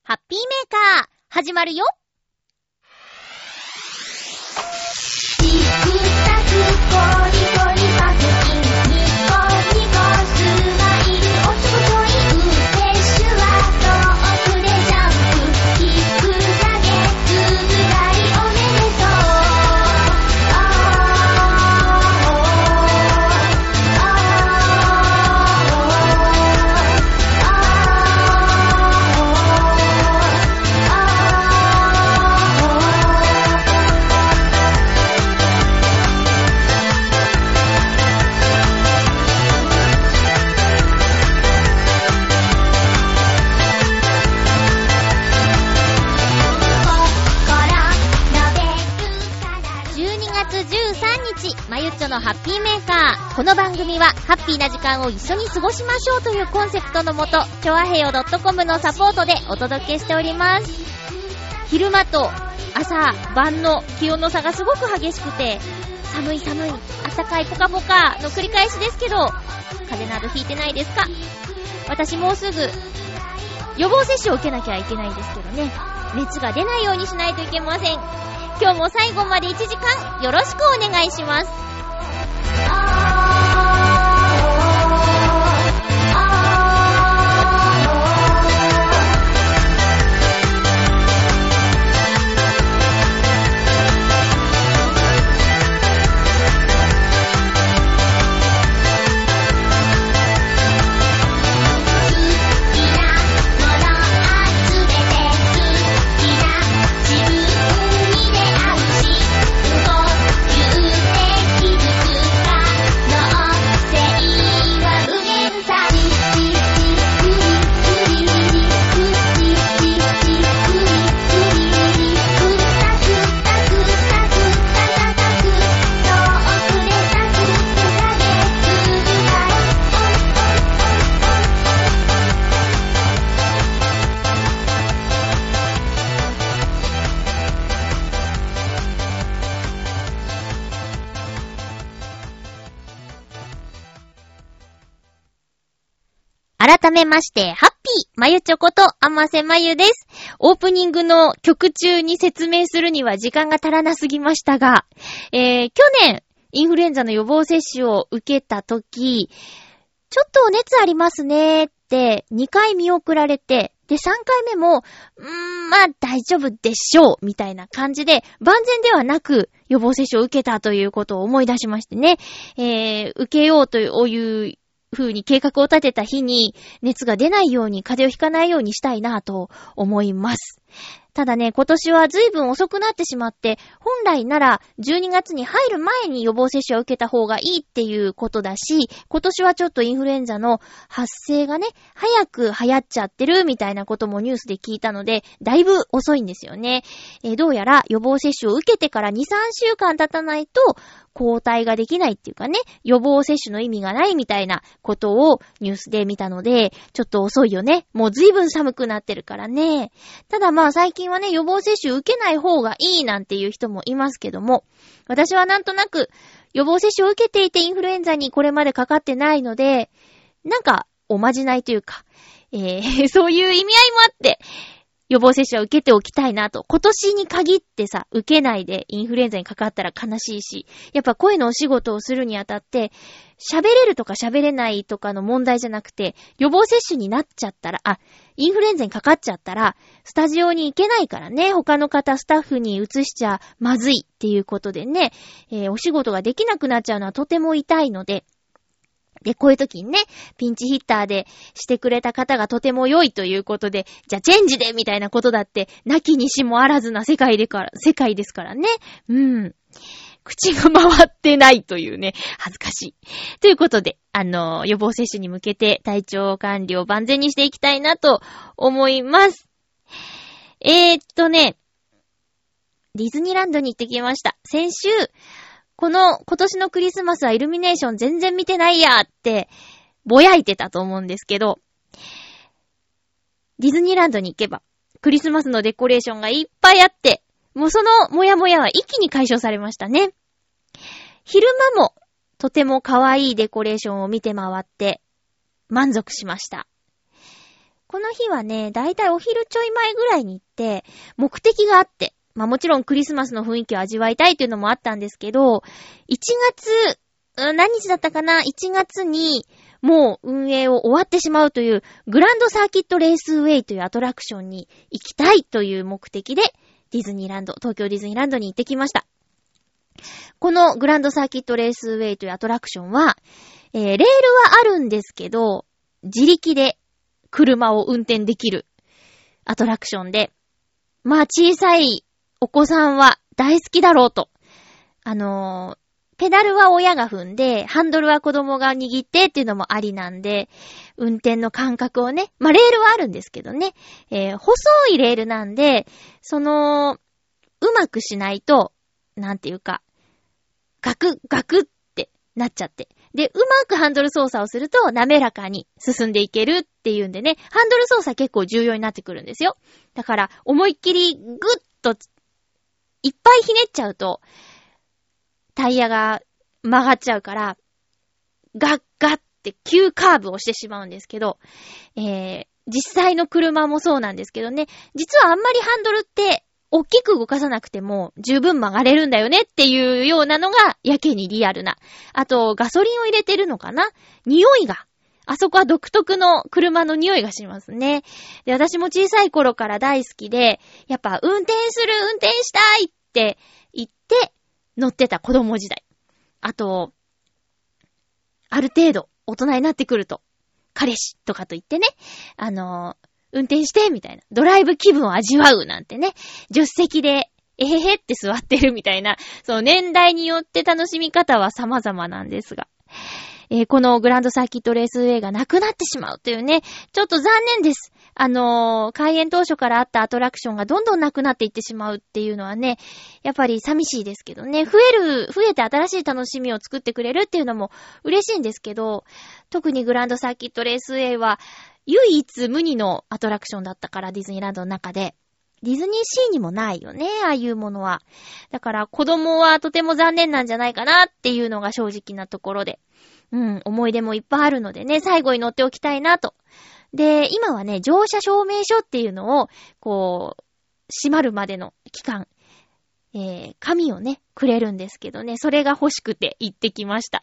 ハッピーメーカー始まるよ。まゆっちょのハッピーメーカー。この番組はハッピーな時間を一緒に過ごしましょうというコンセプトのもと、ちょあへよ .com のサポートでお届けしております。昼間と朝晩の気温の差がすごく激しくて、寒い寒い、暖かいポカポカの繰り返しですけど、風邪などひいてないですか？私もうすぐ予防接種を受けなきゃいけないんですけどね、熱が出ないようにしないといけません。今日も最後まで1時間よろしくお願いします。改めまして、ハッピーまゆちょことあませまゆです。オープニングの曲中に説明するには時間が足らなすぎましたが、去年インフルエンザの予防接種を受けたとき、ちょっとお熱ありますねって2回見送られて、で3回目もまあ大丈夫でしょうみたいな感じで、万全ではなく予防接種を受けたということを思い出しましてね、受けようという風に計画を立てた日に熱が出ないように、風邪をひかないようにしたいなと思います。ただね、今年は随分遅くなってしまって、本来なら12月に入る前に予防接種を受けた方がいいっていうことだし、今年はちょっとインフルエンザの発生がね、早く流行っちゃってるみたいなこともニュースで聞いたので、だいぶ遅いんですよね。どうやら予防接種を受けてから 2,3 週間経たないと抗体ができないっていうかね、予防接種の意味がないみたいなことをニュースで見たので、ちょっと遅いよね。もう随分寒くなってるからね。ただまあ最近はね、予防接種受けない方がいいなんていう人もいますけども、私はなんとなく予防接種を受けていてインフルエンザにこれまでかかってないので、なんかおまじないというか、そういう意味合いもあって予防接種は受けておきたいなと。今年に限ってさ、受けないでインフルエンザにかかったら悲しいし、やっぱ声のお仕事をするにあたって喋れるとか喋れないとかの問題じゃなくて、予防接種になっちゃったら、インフルエンザにかかっちゃったらスタジオに行けないからね、他の方スタッフに移しちゃまずいっていうことでね、お仕事ができなくなっちゃうのはとても痛いので、で、こういう時にね、ピンチヒッターでしてくれた方がとても良いということで、じゃあチェンジでみたいなことだって、なきにしもあらずな世界ですからね。口が回ってないというね、恥ずかしい。ということで、予防接種に向けて体調管理を万全にしていきたいなと思います。ディズニーランドに行ってきました。先週、今年のクリスマスはイルミネーション全然見てないやってぼやいてたと思うんですけど、ディズニーランドに行けばクリスマスのデコレーションがいっぱいあって、もうそのモヤモヤは一気に解消されましたね。昼間もとても可愛いデコレーションを見て回って満足しました。 この日はね、だいたいお昼ちょい前ぐらいに行って、目的があって、まあもちろんクリスマスの雰囲気を味わいたいっていうのもあったんですけど、1月、何日だったかな ?1 月にもう運営を終わってしまうというグランドサーキットレースウェイというアトラクションに行きたいという目的でディズニーランド、東京ディズニーランドに行ってきました。このグランドサーキットレースウェイというアトラクションは、レールはあるんですけど、自力で車を運転できるアトラクションで、まあ小さいお子さんは大好きだろうと。ペダルは親が踏んで、ハンドルは子供が握ってっていうのもありなんで、運転の感覚をね、まあレールはあるんですけどね、細いレールなんで、うまくしないと、なんていうか、ガクってなっちゃって。で、うまくハンドル操作をすると滑らかに進んでいけるっていうんでね、ハンドル操作結構重要になってくるんですよ。だから思いっきりグッといっぱいひねっちゃうとタイヤが曲がっちゃうからガッガッって急カーブをしてしまうんですけど、実際の車もそうなんですけどね、実はあんまりハンドルって大きく動かさなくても十分曲がれるんだよねっていうようなのがやけにリアルな。あとガソリンを入れてるのかな？匂いが。あそこは独特の車の匂いがしますね。で、私も小さい頃から大好きで、やっぱ運転したいって言って乗ってた子供時代。あと、ある程度大人になってくると、彼氏とかと言ってね、運転してみたいな。ドライブ気分を味わうなんてね。助手席で、えへへって座ってるみたいな。その年代によって楽しみ方は様々なんですが。このグランドサーキットレースウェイがなくなってしまうというね。ちょっと残念です。開園当初からあったアトラクションがどんどんなくなっていってしまうっていうのはね、やっぱり寂しいですけどね。増えて新しい楽しみを作ってくれるっていうのも嬉しいんですけど、特にグランドサーキットレースウェイは、唯一無二のアトラクションだったからディズニーランドの中で。ディズニーシーにもないよね、ああいうものは。だから子供はとても残念なんじゃないかなっていうのが正直なところで。思い出もいっぱいあるのでね、最後に乗っておきたいなと。で、今はね、乗車証明書っていうのを、閉まるまでの期間、紙をね、くれるんですけどね、それが欲しくて行ってきました。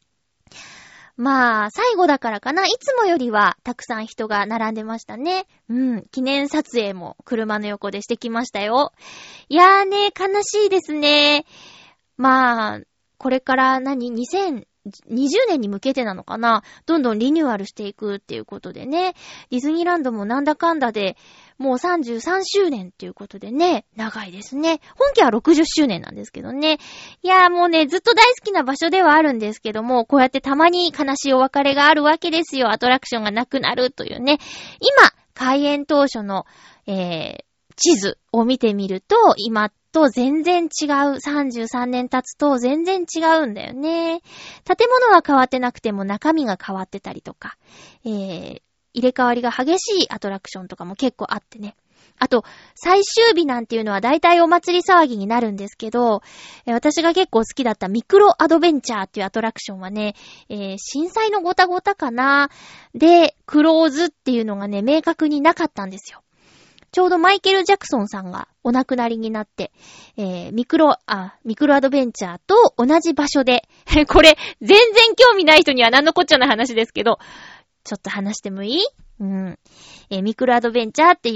まあ、最後だからかな。いつもよりはたくさん人が並んでましたね。記念撮影も車の横でしてきましたよ。いやーね、悲しいですね。まあ、これから2020年に向けてなのかな。どんどんリニューアルしていくっていうことでね。ディズニーランドもなんだかんだでもう33周年っていうことでね。長いですね。本家は60周年なんですけどね。いやーもうね、ずっと大好きな場所ではあるんですけども、こうやってたまに悲しいお別れがあるわけですよ。アトラクションがなくなるというね。今、開園当初の、地図を見てみると、今と全然違う。33年経つと全然違うんだよね。建物は変わってなくても中身が変わってたりとか、入れ替わりが激しいアトラクションとかも結構あってね。あと、最終日なんていうのは大体お祭り騒ぎになるんですけど、私が結構好きだったミクロアドベンチャーっていうアトラクションはね、震災のごたごたかなで、クローズっていうのがね、明確になかったんですよ。ちょうどマイケル・ジャクソンさんがお亡くなりになって、ミクロアドベンチャーと同じ場所で、これ、全然興味ない人には何のこっちゃない話ですけど、ちょっと話してもいい？ミクロアドベンチャーって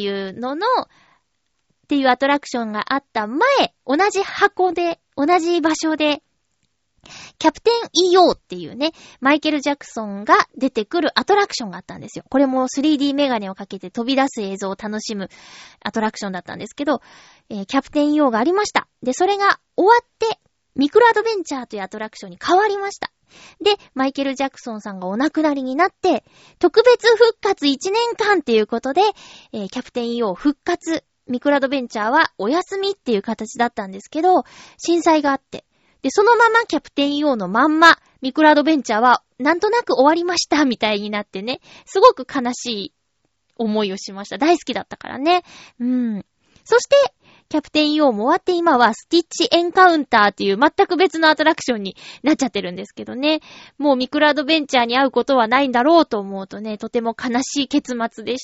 いうアトラクションがあった前、同じ箱で、同じ場所で、キャプテン EO っていうね、マイケル・ジャクソンが出てくるアトラクションがあったんですよ。これも 3D メガネをかけて飛び出す映像を楽しむアトラクションだったんですけど、キャプテン EO がありました。で、それが終わって、ミクロアドベンチャーというアトラクションに変わりました。で、マイケル・ジャクソンさんがお亡くなりになって、特別復活1年間っていうことで、キャプテン EO 復活、ミクロアドベンチャーはお休みっていう形だったんですけど、震災があって、で、そのままキャプテン EO のまんま、ミクロアドベンチャーはなんとなく終わりましたみたいになってね、すごく悲しい思いをしました。大好きだったからね。そして、キャプテン EO も終わって今はスティッチエンカウンターっていう全く別のアトラクションになっちゃってるんですけどね。もうミクロアドベンチャーに会うことはないんだろうと思うとね、とても悲しい結末でした。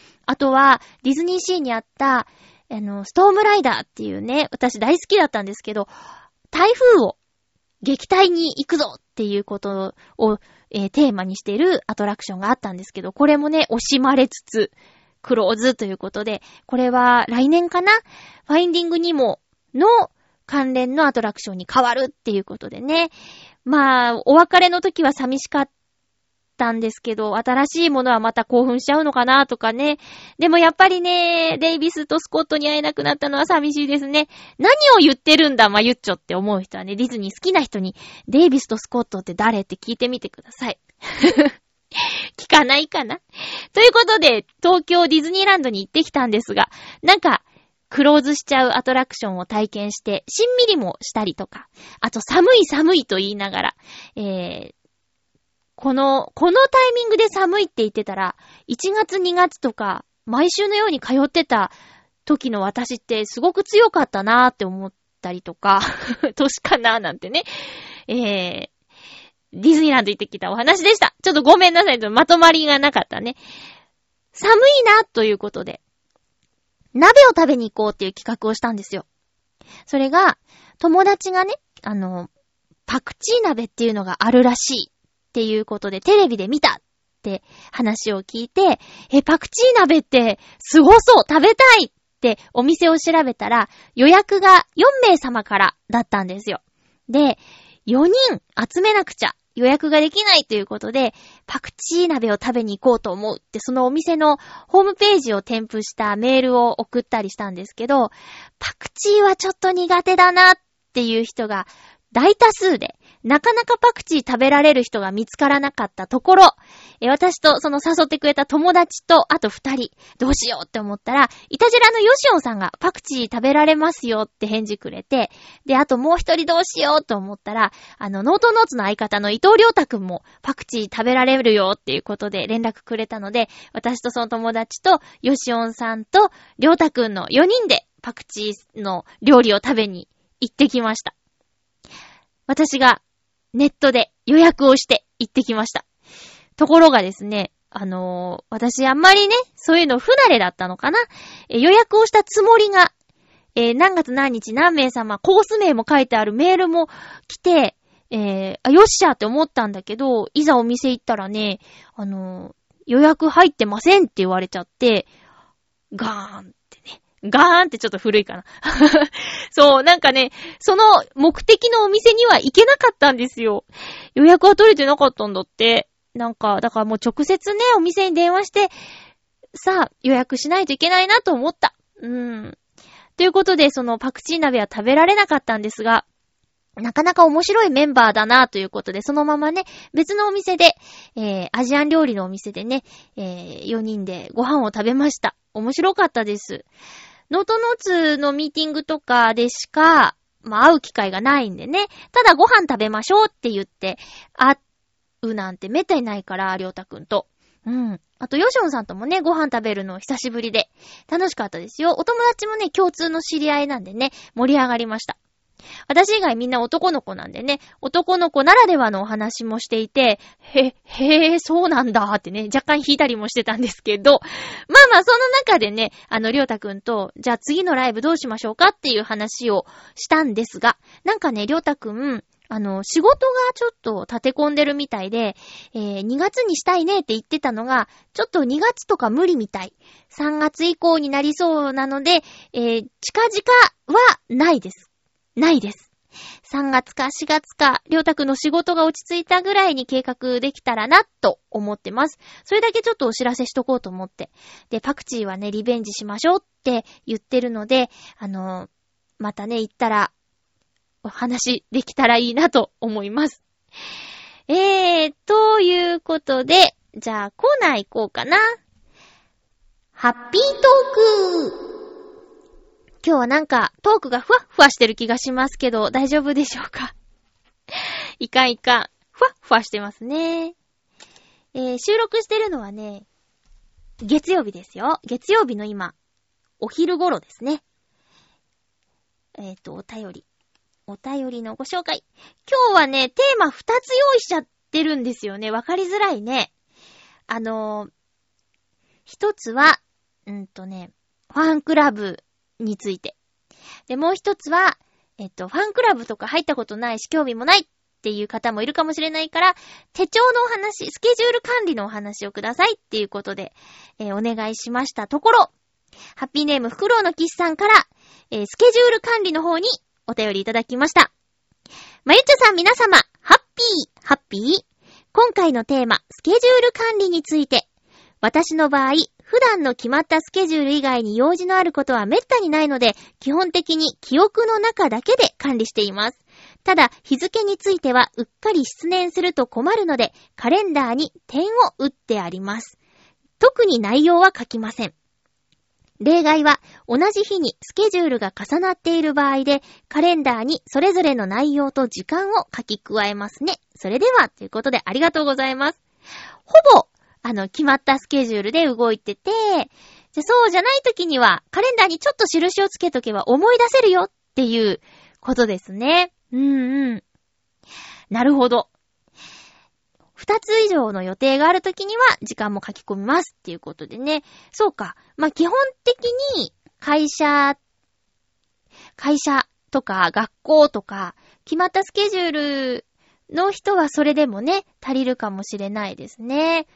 あとは、ディズニーシーにあった、ストームライダーっていうね、私大好きだったんですけど、台風を撃退に行くぞっていうことを、テーマにしているアトラクションがあったんですけど、これもね、惜しまれつつ、クローズということで、これは来年かな？ファインディングニモの関連のアトラクションに変わるっていうことでね。まあ、お別れの時は寂しかったんですけど、新しいものはまた興奮しちゃうのかなとかね。でもやっぱりね、デイビスとスコットに会えなくなったのは寂しいですね。何を言ってるんだ、まゆっちょって思う人はね、ディズニー好きな人に、デイビスとスコットって誰って聞いてみてください。聞かないかな？ということで、東京ディズニーランドに行ってきたんですが、なんか、クローズしちゃうアトラクションを体験して、しんみりもしたりとか、あと寒いと言いながら、このタイミングで寒いって言ってたら、1月2月とか、毎週のように通ってた時の私ってすごく強かったなーって思ったりとか、年かなーなんてね、ディズニーランド行ってきたお話でした。ちょっとごめんなさい。まとまりがなかったね。寒いなということで、鍋を食べに行こうっていう企画をしたんですよ。それが、友達がね、パクチー鍋っていうのがあるらしいっていうことで、テレビで見たって話を聞いて、パクチー鍋ってすごそう食べたいってお店を調べたら、予約が4名様からだったんですよ。で、4人集めなくちゃ予約ができないということで、パクチー鍋を食べに行こうと思うって、そのお店のホームページを添付したメールを送ったりしたんですけど、パクチーはちょっと苦手だなっていう人が大多数で、なかなかパクチー食べられる人が見つからなかったところ、私とその誘ってくれた友達とあと2人、どうしようって思ったら、イタジラのヨシオンさんがパクチー食べられますよって返事くれて、で、あともう1人どうしようと思ったら、ノートノーツの相方の伊藤亮太くんもパクチー食べられるよっていうことで連絡くれたので、私とその友達とヨシオンさんと亮太くんの4人でパクチーの料理を食べに行ってきました。私がネットで予約をして行ってきました。ところがですね、私あんまりね、そういうの不慣れだったのかな。予約をしたつもりが、何月何日何名様、コース名も書いてあるメールも来て、よっしゃって思ったんだけど、いざお店行ったらね、予約入ってませんって言われちゃって、ガーンってね。ガーンってちょっと古いかな。そう、なんかね、その目的のお店には行けなかったんですよ。予約は取れてなかったんだって。なんか、だからもう直接ね、お店に電話して、さあ、予約しないといけないなと思った。ということで、そのパクチー鍋は食べられなかったんですが、なかなか面白いメンバーだなということで、そのままね、別のお店で、アジアン料理のお店でね、4人でご飯を食べました。面白かったです。ノートノーツのミーティングとかでしか、会う機会がないんでね。ただご飯食べましょうって言って、会うなんてめったにないから、りょうたくんと。あと、ヨシオンさんともね、ご飯食べるの久しぶりで、楽しかったですよ。お友達もね、共通の知り合いなんでね、盛り上がりました。私以外みんな男の子なんでね、男の子ならではのお話もしていて、そうなんだってね、若干引いたりもしてたんですけど、まあその中でね、りょうたくんと、じゃあ次のライブどうしましょうかっていう話をしたんですが、なんかね、りょうたくん、仕事がちょっと立て込んでるみたいで、2月にしたいねって言ってたのが、ちょっと2月とか無理みたい。3月以降になりそうなので、近々はないです。ないです。3月か4月か、りょうたくんの仕事が落ち着いたぐらいに計画できたらな、と思ってます。それだけちょっとお知らせしとこうと思って。で、パクチーはね、リベンジしましょうって言ってるので、またね、行ったら、お話できたらいいなと思います。ということで、じゃあコーナー行こうかな。ハッピートーク。今日はなんかトークがふわっふわしてる気がしますけど、大丈夫でしょうか？いかん。ふわっふわしてますね。収録してるのはね、月曜日ですよ。月曜日の今、お昼頃ですね。お便りのご紹介。今日はね、テーマ2つ用意しちゃってるんですよね。わかりづらいね。一つは、 ファンクラブについて。で、もう一つは、ファンクラブとか入ったことないし興味もないっていう方もいるかもしれないから、手帳のお話、スケジュール管理のお話をくださいっていうことで、お願いしましたところ、ハッピーネームフクロウのキスさんから、スケジュール管理の方にお便りいただきました。まゆちょさん皆様、ハッピー。今回のテーマ、スケジュール管理について。私の場合、普段の決まったスケジュール以外に用事のあることは滅多にないので、基本的に記憶の中だけで管理しています。ただ、日付についてはうっかり失念すると困るので、カレンダーに点を打ってあります。特に内容は書きません。例外は、同じ日にスケジュールが重なっている場合で、カレンダーにそれぞれの内容と時間を書き加えますね。それでは、ということでありがとうございます。ほぼ、決まったスケジュールで動いてて、じゃそうじゃない時には、カレンダーにちょっと印をつけとけば思い出せるよっていうことですね。なるほど。2つ以上の予定があるときには時間も書き込みますっていうことでね。そうか。基本的に会社とか学校とか決まったスケジュールの人はそれでもね、足りるかもしれないですね。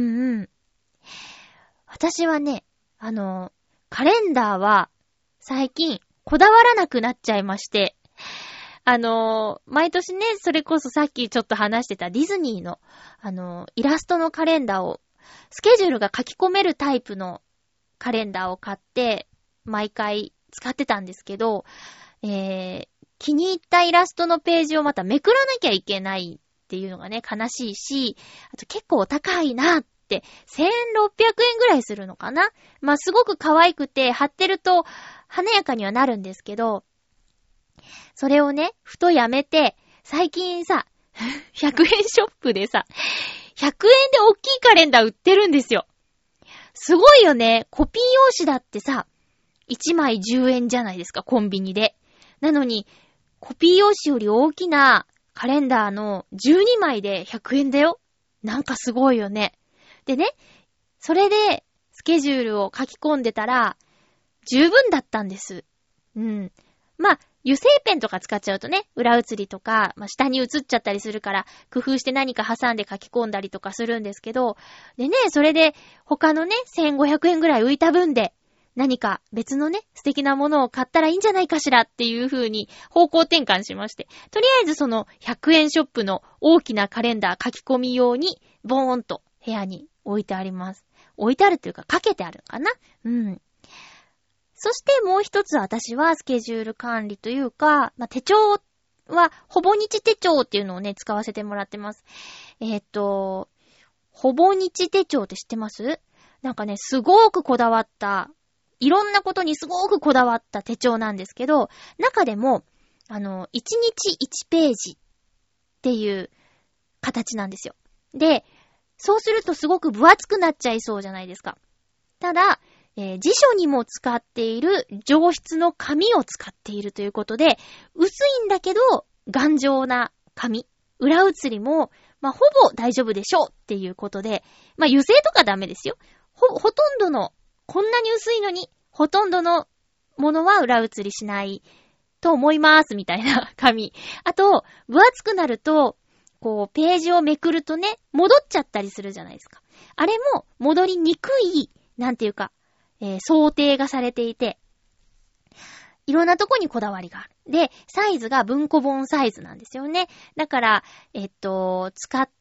私はね、カレンダーは最近こだわらなくなっちゃいまして、毎年ね、それこそさっきちょっと話してたディズニーの、イラストのカレンダーを、スケジュールが書き込めるタイプのカレンダーを買って、毎回使ってたんですけど、気に入ったイラストのページをまためくらなきゃいけないっていうのがね、悲しいし、あと結構お高いなって、1600円ぐらいするのかな？すごく可愛くて、貼ってると華やかにはなるんですけど、それをね、ふとやめて、最近さ、100円ショップでさ、100円で大きいカレンダー売ってるんですよ。すごいよね。コピー用紙だってさ、1枚10円じゃないですか、コンビニで。なのに、コピー用紙より大きなカレンダーの12枚で100円だよ。なんかすごいよね。でね、それでスケジュールを書き込んでたら、十分だったんです。油性ペンとか使っちゃうとね、裏写りとか、下に写っちゃったりするから、工夫して何か挟んで書き込んだりとかするんですけど、でね、それで他のね、1500円ぐらい浮いた分で、何か別のね、素敵なものを買ったらいいんじゃないかしらっていう風に方向転換しまして、とりあえずその100円ショップの大きなカレンダー書き込み用に、ボーンと部屋に置いてあります。置いてあるっていうか、かけてあるのかな？そしてもう一つ私はスケジュール管理というか、手帳はほぼ日手帳っていうのをね、使わせてもらってます。ほぼ日手帳って知ってます？なんかね、すごくこだわった、いろんなことにすごくこだわった手帳なんですけど、中でも、1日1ページっていう形なんですよ。で、そうするとすごく分厚くなっちゃいそうじゃないですか。ただ、辞書にも使っている上質の紙を使っているということで、薄いんだけど頑丈な紙、裏写りも、ほぼ大丈夫でしょうっていうことで、油性とかダメですよ。ほとんどの、こんなに薄いのに、ほとんどのものは裏写りしないと思いますみたいな紙。あと、分厚くなると、ページをめくるとね、戻っちゃったりするじゃないですか。あれも戻りにくい、なんていうか、想定がされていて、いろんなとこにこだわりがある。で、サイズが文庫本サイズなんですよね。だから、使って、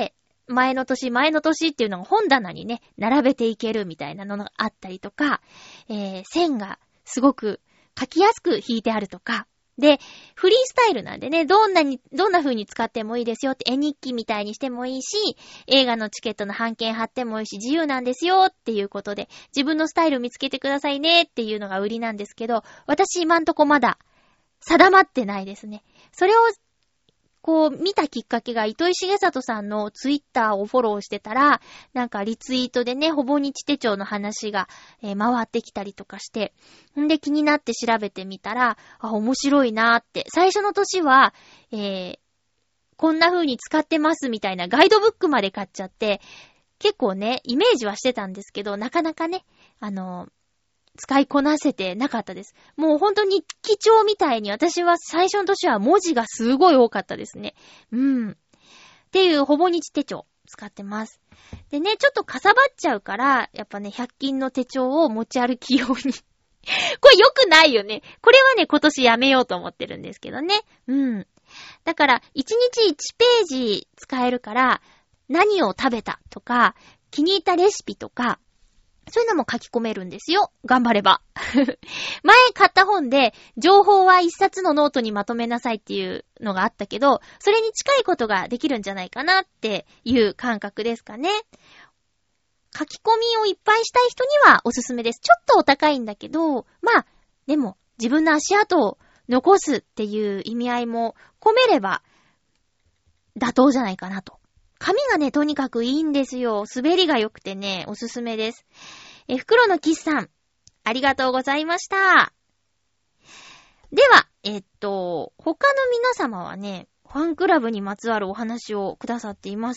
前の年っていうのが本棚にね、並べていけるみたいなのがあったりとか、線がすごく書きやすく引いてあるとか、で、フリースタイルなんでね、どんな風に使ってもいいですよって、絵日記みたいにしてもいいし、映画のチケットの半券貼ってもいいし、自由なんですよっていうことで、自分のスタイル見つけてくださいねっていうのが売りなんですけど、私今んとこまだ定まってないですね。それを見たきっかけが糸井重里さんのツイッターをフォローしてたら、なんかリツイートでね、ほぼ日手帳の話が、回ってきたりとかして、んで気になって調べてみたら、面白いなーって。最初の年は、こんな風に使ってますみたいなガイドブックまで買っちゃって、結構ね、イメージはしてたんですけど、なかなかね、 使いこなせてなかったです。もう本当に日記帳みたいに私は最初の年は文字がすごい多かったですね。っていうほぼ日手帳使ってます。でね、ちょっとかさばっちゃうから、やっぱね、100均の手帳を持ち歩きように。これ良くないよね。これはね、今年やめようと思ってるんですけどね。だから、1日1ページ使えるから、何を食べたとか、気に入ったレシピとか、そういうのも書き込めるんですよ。頑張れば。前買った本で、情報は一冊のノートにまとめなさいっていうのがあったけど、それに近いことができるんじゃないかなっていう感覚ですかね。書き込みをいっぱいしたい人にはおすすめです。ちょっとお高いんだけど、まあ、でも自分の足跡を残すっていう意味合いも込めれば、妥当じゃないかなと。紙がね、とにかくいいんですよ。滑りが良くてね、おすすめです。袋のキスさん、ありがとうございました。では、他の皆様はね、ファンクラブにまつわるお話をくださっています。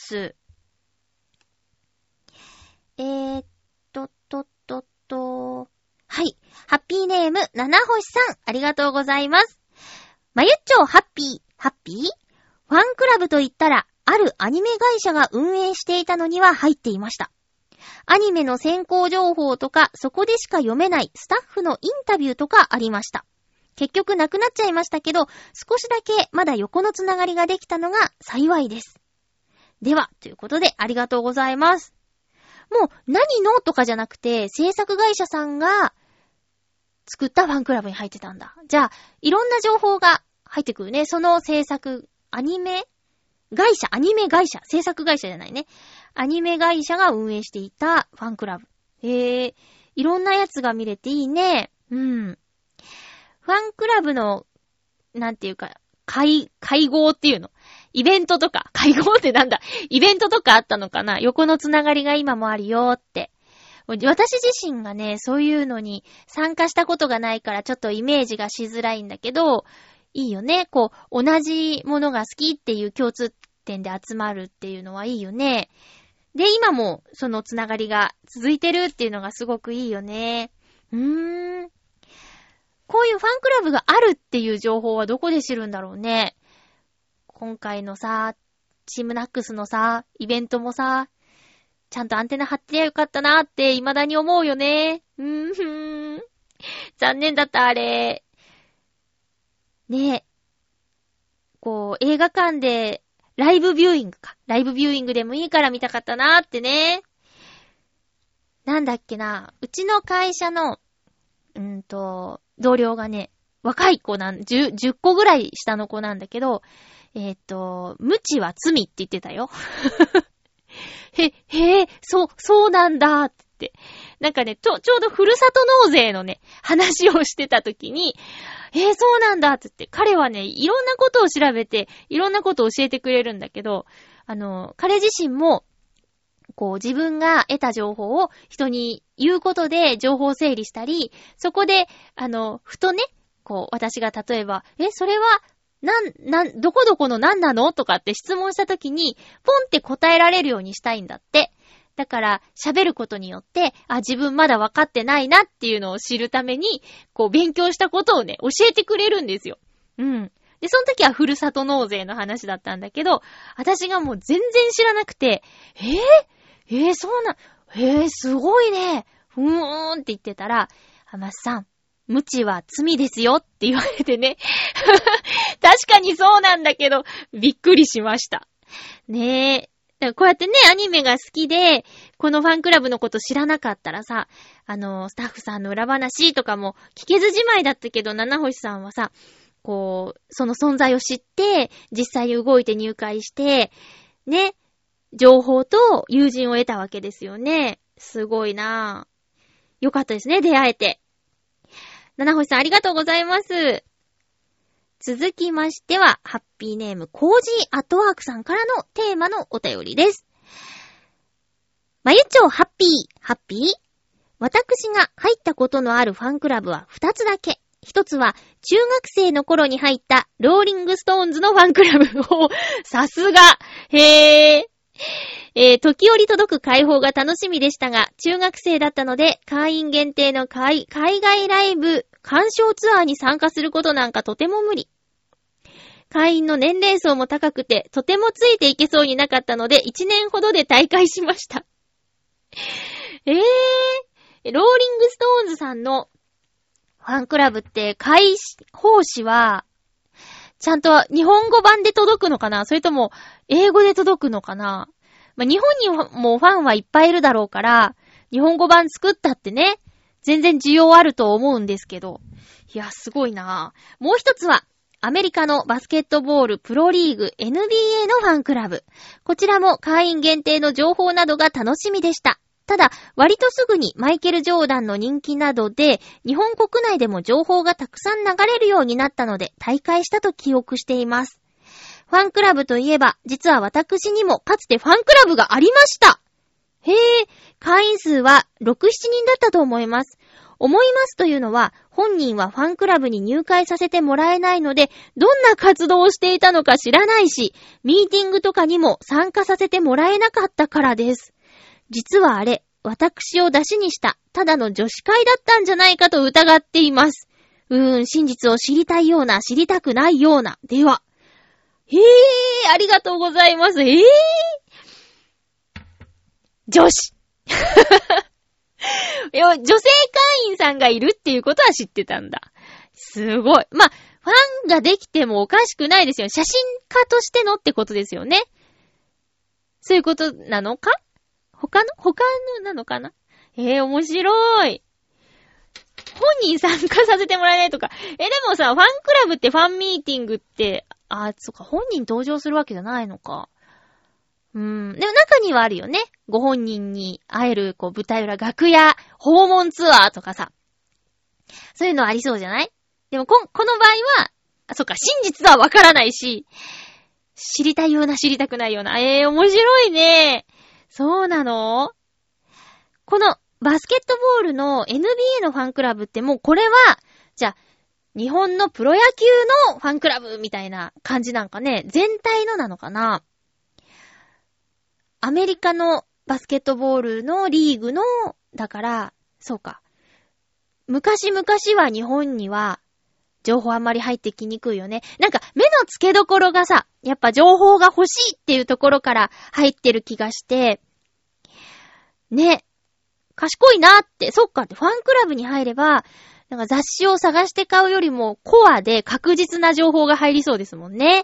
はい。ハッピーネーム、七星さん、ありがとうございます。まゆっちょハッピーファンクラブと言ったら、あるアニメ会社が運営していたのには入っていました。アニメの先行情報とか、そこでしか読めないスタッフのインタビューとかありました。結局なくなっちゃいましたけど、少しだけまだ横のつながりができたのが幸いです。では、ということでありがとうございます。もう何のとかじゃなくて、制作会社さんが作ったファンクラブに入ってたんだ。じゃあ、いろんな情報が入ってくるね。その制作、アニメ制作会社じゃないね。アニメ会社が運営していたファンクラブ。いろんなやつが見れていいね。ファンクラブの、なんていうか、会合っていうの。イベントとか、会合ってなんだ？イベントとかあったのかな？横のつながりが今もあるよって。私自身がね、そういうのに参加したことがないからちょっとイメージがしづらいんだけど、いいよね。こう、同じものが好きっていう共通点で集まるっていうのはいいよね。で、今もそのつながりが続いてるっていうのがすごくいいよね。こういうファンクラブがあるっていう情報はどこで知るんだろうね。今回のさ、チームナックスのさ、イベントもさ、ちゃんとアンテナ張ってりゃよかったなって未だに思うよね。残念だったあれ。ねえ。こう、映画館で、ライブビューイングでもいいから見たかったなーってね。なんだっけな。うちの会社の、同僚がね、若い子10個ぐらい下の子なんだけど、無知は罪って言ってたよ。そうなんだって。なんかね、ちょうどふるさと納税のね、話をしてた時に、そうなんだって言って、彼はね、いろんなことを調べて、いろんなことを教えてくれるんだけど、彼自身も、こう自分が得た情報を人に言うことで情報を整理したり、そこで、ふとね、こう、私が例えば、それは、どこどこの何なのとかって質問したときに、ポンって答えられるようにしたいんだって。だから、喋ることによって、自分まだ分かってないなっていうのを知るために、こう、勉強したことをね、教えてくれるんですよ。で、その時はふるさと納税の話だったんだけど、私がもう全然知らなくて、すごいね。って言ってたら、浜さん、無知は罪ですよって言われてね。確かにそうなんだけど、びっくりしました。ねえ。だからこうやってね、アニメが好きで、このファンクラブのこと知らなかったらさ、スタッフさんの裏話とかも聞けずじまいだったけど、七星さんはさ、こう、その存在を知って、実際に動いて入会して、ね、情報と友人を得たわけですよね。すごいなぁ。よかったですね、出会えて。七星さんありがとうございます。続きましては、ハッピーネームコージーアットワークさんからのテーマのお便りです。まゆちょハッピー私が入ったことのあるファンクラブは2つだけ。一つは中学生の頃に入ったローリングストーンズのファンクラブをさすがへー時折届く解放が楽しみでしたが、中学生だったので、会員限定の海外ライブ鑑賞ツアーに参加することなんかとても無理。会員の年齢層も高くて、とてもついていけそうになかったので、1年ほどで退会しました。ローリングストーンズさんのファンクラブって開放誌はちゃんと日本語版で届くのかな、それとも英語で届くのかな。まあ、日本にもファンはいっぱいいるだろうから日本語版作ったってね、全然需要あると思うんですけど、いやすごいな。もう一つはアメリカのバスケットボールプロリーグ NBA のファンクラブ。こちらも会員限定の情報などが楽しみでした。ただ、割とすぐにマイケル・ジョーダンの人気などで、日本国内でも情報がたくさん流れるようになったので、退会したと記憶しています。ファンクラブといえば、実は私にもかつてファンクラブがありました。へぇ、会員数は6、7人だったと思います。思いますというのは、本人はファンクラブに入会させてもらえないので、どんな活動をしていたのか知らないし、ミーティングとかにも参加させてもらえなかったからです。実はあれ、私を出しにしたただの女子会だったんじゃないかと疑っています。真実を知りたいような、知りたくないような。では。ありがとうございます。女子。女性会員さんがいるっていうことは知ってたんだ。すごい。まあ、ファンができてもおかしくないですよ。写真家としてのってことですよね。そういうことなのか？他のなのかな？面白い。本人参加させてもらえないとか。でもさ、ファンクラブってファンミーティングって、そっか、本人登場するわけじゃないのか。でも中にはあるよね。ご本人に会える、舞台裏、楽屋、訪問ツアーとかさ。そういうのありそうじゃない？でもこの場合は、そっか、真実はわからないし、知りたいような、知りたくないような。面白いね。そうなの？このバスケットボールの NBA のファンクラブってもうこれは、じゃあ、日本のプロ野球のファンクラブみたいな感じなんかね、全体のなのかな？アメリカのバスケットボールのリーグの、だから、そうか。昔々は日本には情報あんまり入ってきにくいよね。なんか目の付けどころがさ、やっぱ情報が欲しいっていうところから入ってる気がして、ね、賢いなって、そっかってファンクラブに入れば、なんか雑誌を探して買うよりもコアで確実な情報が入りそうですもんね。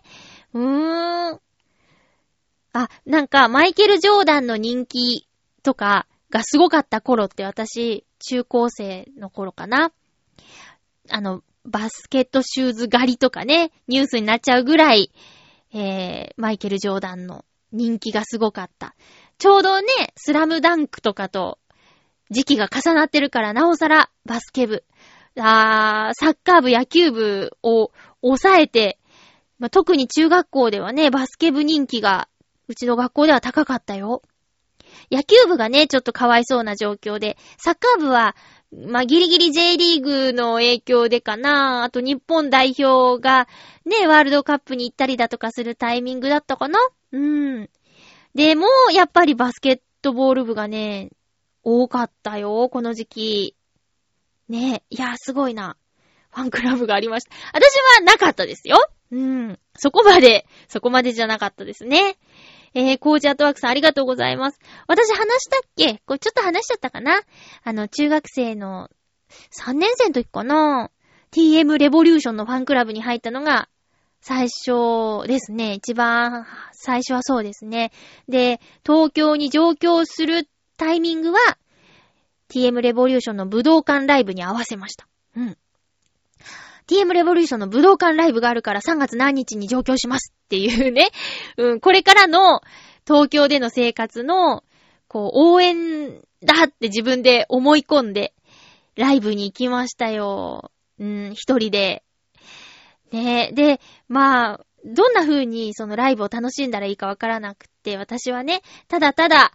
なんかマイケル・ジョーダンの人気とかがすごかった頃って私、中高生の頃かな。バスケットシューズ狩りとかね、ニュースになっちゃうぐらい、マイケル・ジョーダンの人気がすごかった。ちょうどね、スラムダンクとかと時期が重なってるからなおさらバスケ部、サッカー部、野球部を抑えて、特に中学校ではね、バスケ部人気がうちの学校では高かったよ。野球部がね、ちょっとかわいそうな状況で、サッカー部は、ギリギリ J リーグの影響でかな。あと日本代表がね、ワールドカップに行ったりだとかするタイミングだったかな。でも、やっぱりバスケットボール部がね、多かったよ、この時期。ね、いや、すごいな。ファンクラブがありました。私はなかったですよ。そこまでじゃなかったですね。コーチアットワークさんありがとうございます。私話したっけ？これちょっと話しちゃったかな？中学生の3年生の時かな？ TM レボリューションのファンクラブに入ったのが最初ですね。一番最初はそうですね。で、東京に上京するタイミングは TM レボリューションの武道館ライブに合わせました。TM レボリューションの武道館ライブがあるから3月何日に上京しますっていうね。これからの東京での生活の、応援だって自分で思い込んで、ライブに行きましたよ。一人で。ね。で、どんな風にそのライブを楽しんだらいいかわからなくって、私はね、ただただ、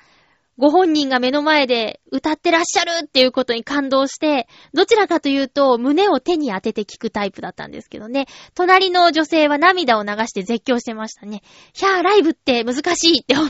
ご本人が目の前で歌ってらっしゃるっていうことに感動して、どちらかというと胸を手に当てて聞くタイプだったんですけどね。隣の女性は涙を流して絶叫してましたね。ライブって難しいって思った。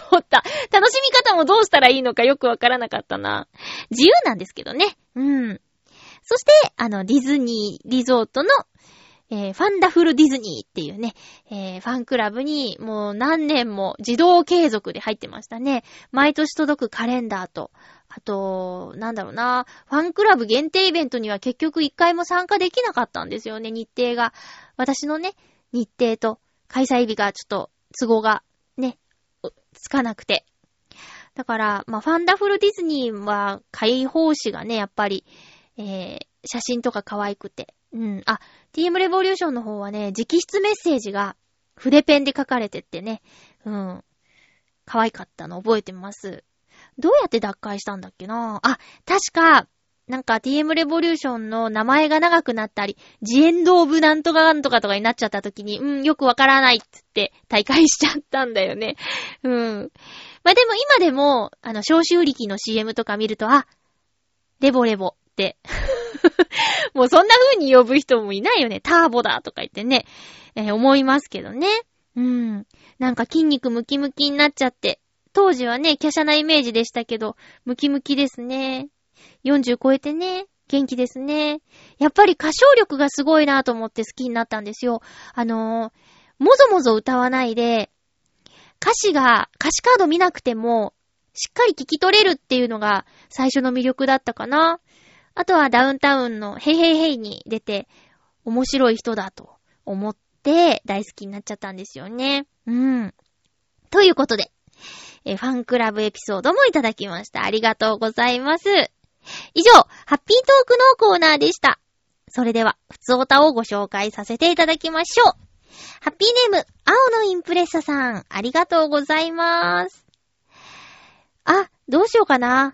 楽しみ方もどうしたらいいのかよくわからなかったな。自由なんですけどね。そして、ディズニーリゾートのファンダフルディズニーっていうね、ファンクラブにもう何年も自動継続で入ってましたね。毎年届くカレンダーと、あと、ファンクラブ限定イベントには結局一回も参加できなかったんですよね、日程が。私のね、日程と開催日がちょっと都合がね、つかなくて。だから、ファンダフルディズニーは開放誌がね、やっぱり、写真とか可愛くて。TM レボリューションの方はね、直筆メッセージが筆ペンで書かれてってね、可愛かったの覚えてます。どうやって脱会したんだっけな？確か、TM レボリューションの名前が長くなったり、ジエンドオブなんとかなんとかとかになっちゃった時に、よくわからないっつって大会しちゃったんだよね。でも今でも、消臭力の CM とか見ると、レボレボって、もうそんな風に呼ぶ人もいないよね。ターボだとか言ってね、思いますけどね。筋肉ムキムキになっちゃって、当時はね、華奢なイメージでしたけど、ムキムキですね。40超えてね、元気ですね。やっぱり歌唱力がすごいなと思って好きになったんですよ。もぞもぞ歌わないで、歌詞カード見なくても、しっかり聞き取れるっていうのが最初の魅力だったかな。あとはダウンタウンのヘイヘイヘイに出て面白い人だと思って大好きになっちゃったんですよね。ということで、ファンクラブエピソードもいただきました。ありがとうございます。以上、ハッピートークのコーナーでした。それでは、ふつおたをご紹介させていただきましょう。ハッピーネーム、青のインプレッサさん、ありがとうございます。どうしようかな。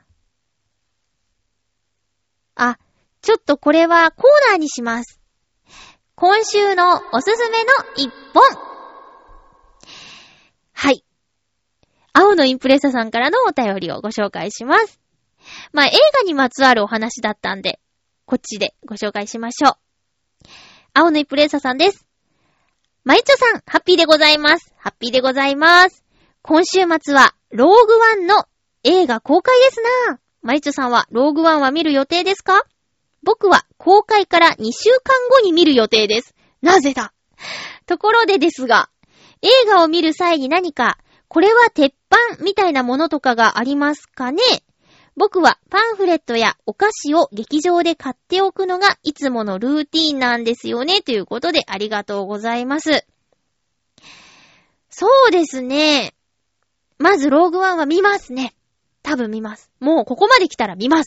ちょっとこれはコーナーにします。今週のおすすめの一本。はい。青のインプレッサさんからのお便りをご紹介します。映画にまつわるお話だったんで、こっちでご紹介しましょう。青のインプレッサさんです。まゆちょさん、ハッピーでございます。ハッピーでございます。今週末は、ローグワンの映画公開ですな。まゆちょさんは、ローグワンは見る予定ですか？僕は公開から2週間後に見る予定です。なぜだ？ところでですが、映画を見る際に何か、これは鉄板みたいなものとかがありますかね？僕はパンフレットやお菓子を劇場で買っておくのがいつものルーティーンなんですよね。ということでありがとうございます。そうですね。まずローグワンは見ますね。多分見ます。もうここまで来たら見ます。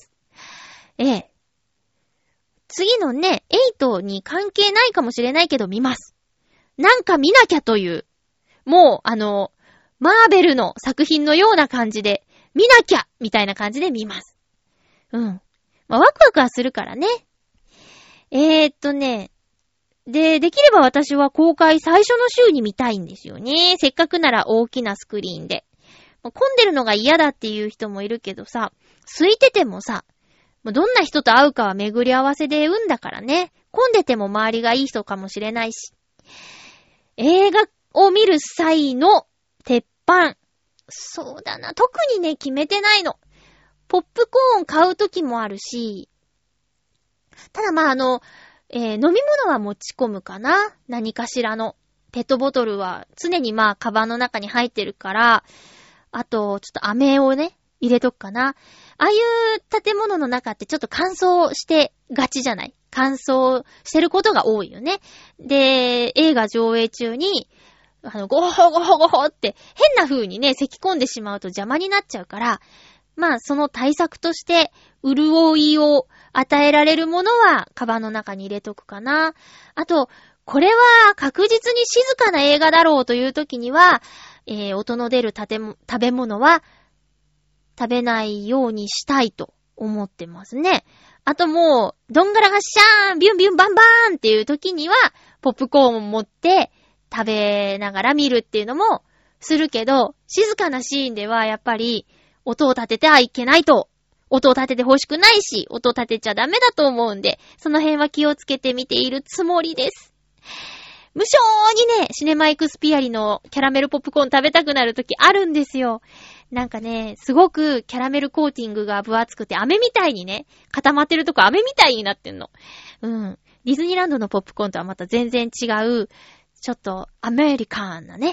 次のね、8に関係ないかもしれないけど見ます。なんか見なきゃという、もうマーベルの作品のような感じで、見なきゃみたいな感じで見ます。ワクワクはするからね。できれば私は公開最初の週に見たいんですよね。せっかくなら大きなスクリーンで。混んでるのが嫌だっていう人もいるけどさ、空いててもさ、どんな人と会うかは巡り合わせで運だからね。混んでても周りがいい人かもしれないし。映画を見る際の鉄板。そうだな。特にね、決めてないの。ポップコーン買うときもあるし。ただ飲み物は持ち込むかな。何かしらの。ペットボトルは常にカバンの中に入ってるから、あと、ちょっと飴をね、入れとくかな。ああいう建物の中ってちょっと乾燥してがちじゃない？乾燥してることが多いよね。で、映画上映中に、ゴホゴホゴホって変な風にね、咳込んでしまうと邪魔になっちゃうから、その対策として、潤いを与えられるものは、カバンの中に入れとくかな。あと、これは確実に静かな映画だろうという時には、音の出る食べ物は、食べないようにしたいと思ってますね。あともう、どんがらがっしゃーん、ビュンビュンバンバーンっていう時には、ポップコーンを持って食べながら見るっていうのもするけど、静かなシーンではやっぱり音を立ててはいけないと。音を立てて欲しくないし、音を立てちゃダメだと思うんで、その辺は気をつけて見ているつもりです。無性にね、シネマエクスピアリのキャラメルポップコーン食べたくなるときあるんですよ。なんかね、すごくキャラメルコーティングが分厚くて、飴みたいにね、固まってるとこ飴みたいになってんの。ディズニーランドのポップコーンとはまた全然違う、ちょっとアメリカンなね、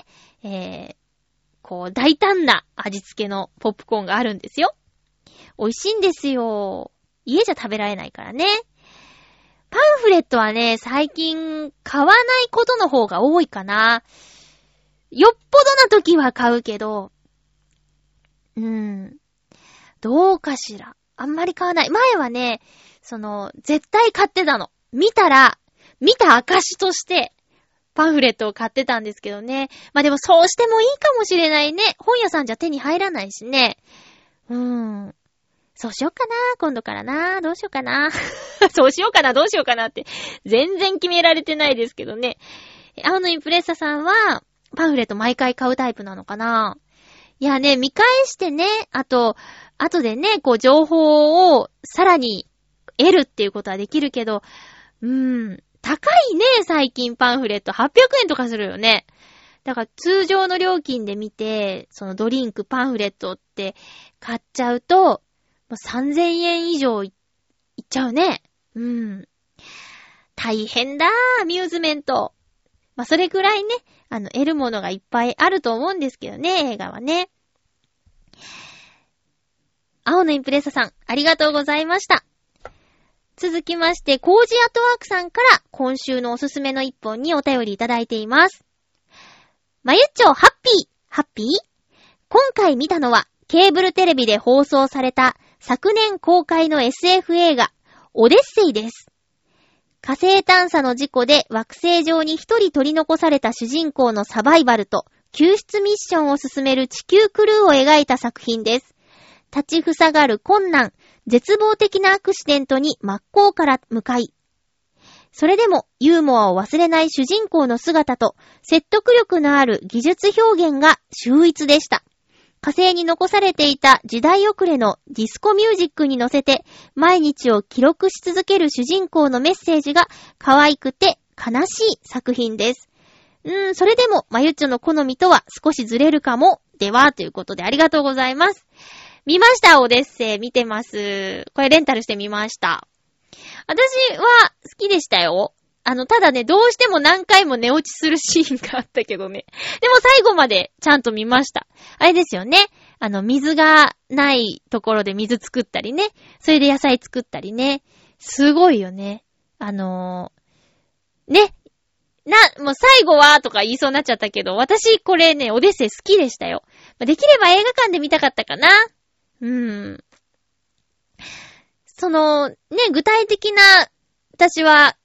大胆な味付けのポップコーンがあるんですよ。美味しいんですよ。家じゃ食べられないからね。パンフレットはね、最近買わないことの方が多いかな。よっぽどな時は買うけど、どうかしら。あんまり買わない。前はね、絶対買ってたの。見た証として、パンフレットを買ってたんですけどね。まあでもそうしてもいいかもしれないね。本屋さんじゃ手に入らないしね。そうしようかな、今度からな、どうしようかな。そうしようかな、どうしようかなって、全然決められてないですけどね。青のインプレッサさんは、パンフレット毎回買うタイプなのかな。いやね、見返してね、あとでね、情報をさらに得るっていうことはできるけど、高いね、最近パンフレット。800円とかするよね。だから通常の料金で見て、そのドリンク、パンフレットって買っちゃうと、3000円以上いっちゃうね。大変だ、アミューズメント。それくらいね、得るものがいっぱいあると思うんですけどね、映画はね。青のインプレッサさん、ありがとうございました。続きまして、コージアットワークさんから今週のおすすめの一本にお便りいただいています。まゆっちょ、ハッピー今回見たのは、ケーブルテレビで放送された昨年公開の SF 映画、オデッセイです。火星探査の事故で惑星上に一人取り残された主人公のサバイバルと救出ミッションを進める地球クルーを描いた作品です。立ちふさがる困難、絶望的なアクシデントに真っ向から向かい、それでもユーモアを忘れない主人公の姿と説得力のある技術表現が秀逸でした。火星に残されていた時代遅れのディスコミュージックに乗せて毎日を記録し続ける主人公のメッセージが可愛くて悲しい作品です。それでもまゆっちょの好みとは少しずれるかもではということでありがとうございます。見ました、オデッセイ見てます。これレンタルしてみました。私は好きでしたよ。ただね、どうしても何回も寝落ちするシーンがあったけどね。でも最後までちゃんと見ました。あれですよね。水がないところで水作ったりね。それで野菜作ったりね。すごいよね。ね。もう最後はとか言いそうになっちゃったけど、私これね、オデッセイ好きでしたよ。できれば映画館で見たかったかな。具体的な、私は、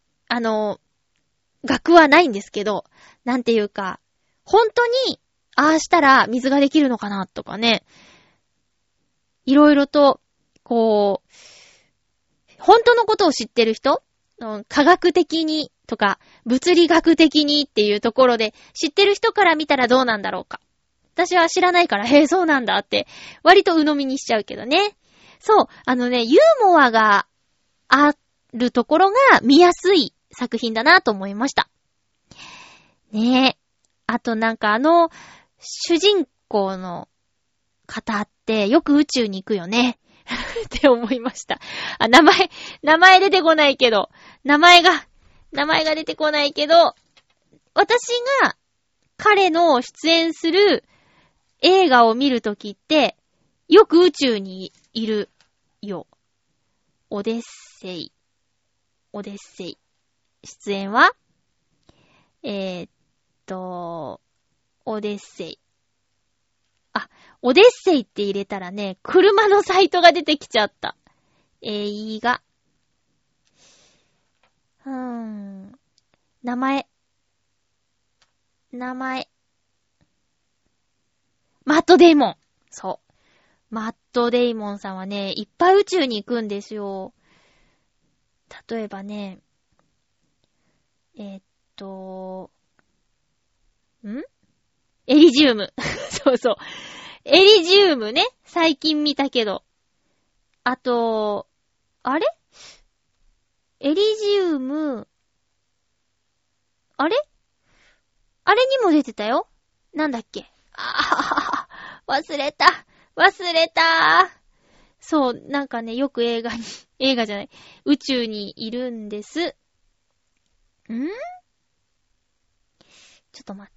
額はないんですけど、なんていうか、本当に、ああしたら水ができるのかなとかね、いろいろと、本当のことを知ってる人、科学的にとか、物理学的にっていうところで、知ってる人から見たらどうなんだろうか。私は知らないから、そうなんだって、割と鵜呑みにしちゃうけどね。そう、ユーモアがあるところが見やすい作品だなと思いました。ねえ。あと主人公の方ってよく宇宙に行くよね。って思いました。名前出てこないけど、名前が出てこないけど、私が彼の出演する映画を見るときって、よく宇宙にいるよ。オデッセイ。出演はオデッセイ。オデッセイって入れたらね、車のサイトが出てきちゃった。映画。名前。マット・デイモン。そう。マット・デイモンさんはね、いっぱい宇宙に行くんですよ。例えばね、エリジウム。そうそう。 エリジウムね。最近見たけど。あと、あれエリジウム、あれにも出てたよ。なんだっけ。忘れた。そう、なんかね、よく映画じゃない、宇宙にいるんです。ちょっと待って、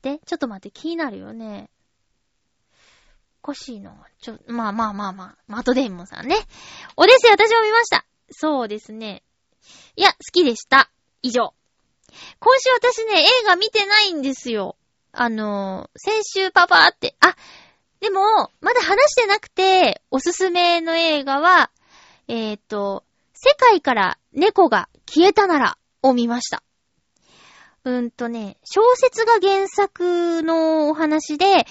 気になるよね。おかしいな。まあ、マットデイモンさんね。オデッセイ私も見ました。そうですね。いや、好きでした。以上。今週私ね、映画見てないんですよ。先週パパーって。でも、まだ話してなくて、おすすめの映画は、世界から猫が消えたならを見ました。小説が原作のお話で、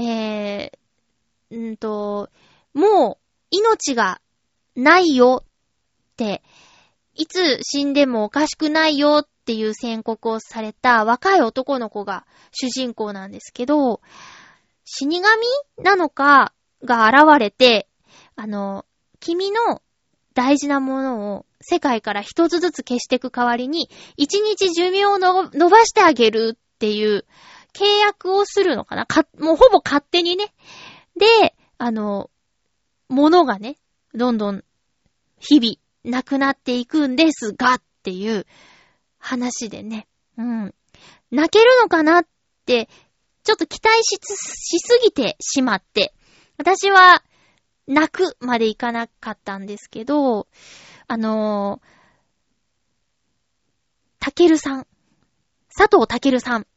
もう命がないよって、いつ死んでもおかしくないよっていう宣告をされた若い男の子が主人公なんですけど、死神なのかが現れて、君の大事なものを世界から一つずつ消していく代わりに、一日寿命を伸ばしてあげるっていう契約をするのかな？もうほぼ勝手にね。で、物がね、どんどん日々なくなっていくんですがっていう話でね。泣けるのかなって、ちょっと期待しすぎてしまって、私は泣くまでいかなかったんですけど、たけるさん。佐藤健さん。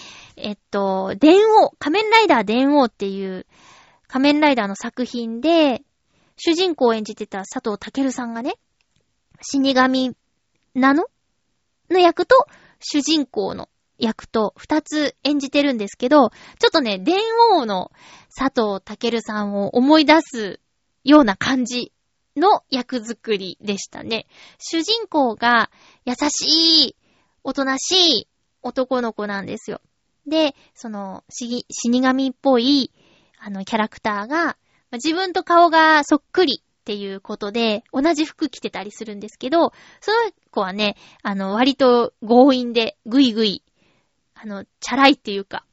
仮面ライダー電王っていう仮面ライダーの作品で、主人公を演じてた佐藤健さんがね、死神の役と主人公の役と2つ演じてるんですけど、ちょっとね、電王の佐藤健さんを思い出すような感じの役作りでしたね。主人公が優しい、おとなしい男の子なんですよ。で、その死神っぽいキャラクターが、自分と顔がそっくりっていうことで同じ服着てたりするんですけど、その子はね、割と強引でぐいぐいチャラいっていうか、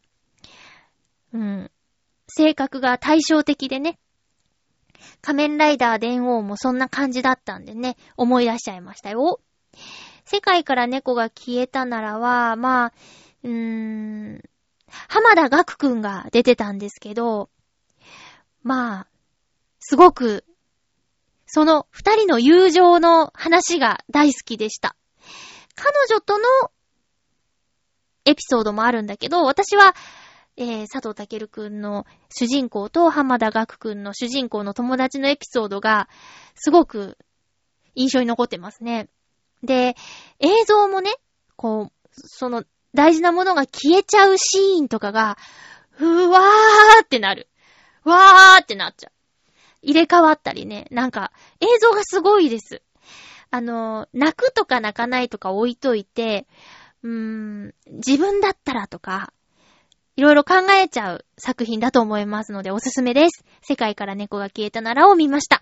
性格が対照的でね、仮面ライダー電王もそんな感じだったんでね、思い出しちゃいましたよ。世界から猫が消えたならは、浜田岳くんが出てたんですけど、すごく、その二人の友情の話が大好きでした。彼女とのエピソードもあるんだけど、私は、佐藤健くんの主人公と浜田岳くんの主人公の友達のエピソードがすごく印象に残ってますね。で、映像もね、その大事なものが消えちゃうシーンとかが、うわーってなる。わーってなっちゃう。入れ替わったりね、なんか映像がすごいです。泣くとか泣かないとか置いといて、自分だったらとか、いろいろ考えちゃう作品だと思いますのでおすすめです。世界から猫が消えたならを見ました。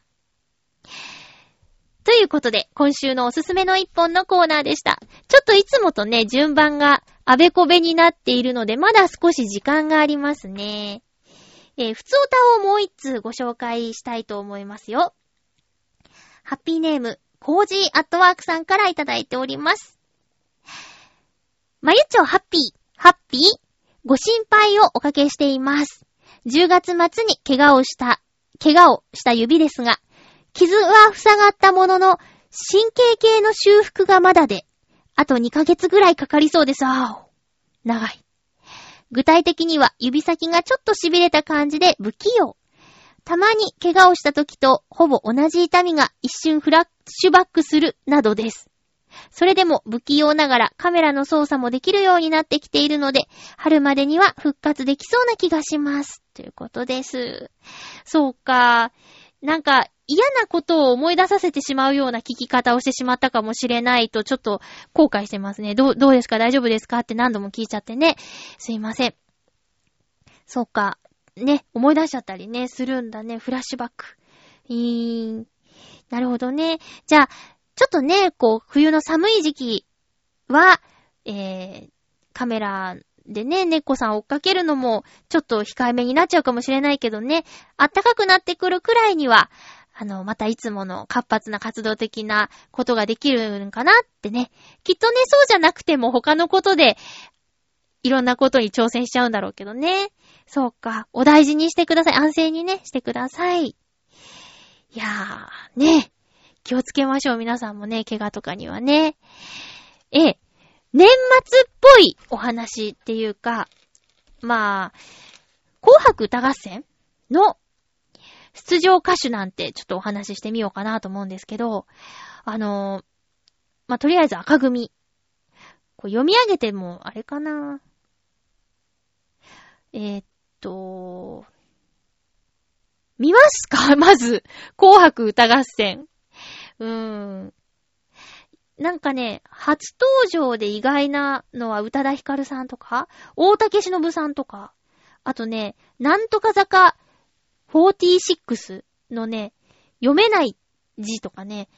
ということで、今週のおすすめの一本のコーナーでした。ちょっといつもとね、順番があべこべになっているので、まだ少し時間がありますね。ふつおたをもう一通ご紹介したいと思いますよ。ハッピーネーム、コージーアットワークさんからいただいております。まゆちょハッピー、ご心配をおかけしています。10月末に怪我をした指ですが、傷は塞がったものの、神経系の修復がまだで、あと2ヶ月ぐらいかかりそうです。長い。具体的には指先がちょっと痺れた感じで不器用。たまに怪我をした時とほぼ同じ痛みが一瞬フラッシュバックするなどです。それでも不器用ながらカメラの操作もできるようになってきているので、春までには復活できそうな気がします。ということです。そうか。なんか嫌なことを思い出させてしまうような聞き方をしてしまったかもしれないとちょっと後悔してますね。どうですか？大丈夫ですか？って何度も聞いちゃってね。すいません。そうか。 ね、思い出しちゃったりね、するんだね。フラッシュバック。なるほどね。じゃあ、ちょっとね、こう、冬の寒い時期は、カメラでね、猫さん追っかけるのも、ちょっと控えめになっちゃうかもしれないけどね、暖かくなってくるくらいには、またいつもの活発な活動的なことができるんかなってね。きっとね、そうじゃなくても他のことで、いろんなことに挑戦しちゃうんだろうけどね。そうか。お大事にしてください。安静にね、してください。いやー、ね。気をつけましょう。皆さんもね、怪我とかにはね。年末っぽいお話っていうか、まあ、紅白歌合戦の出場歌手なんてちょっとお話ししてみようかなと思うんですけど、まあ、とりあえず赤組。こう読み上げても、あれかな。見ますかまず、紅白歌合戦。なんかね、初登場で意外なのは宇多田ヒカルさんとか、大竹しのぶさんとか、あとね、なんとか坂46のね、読めない字とかね、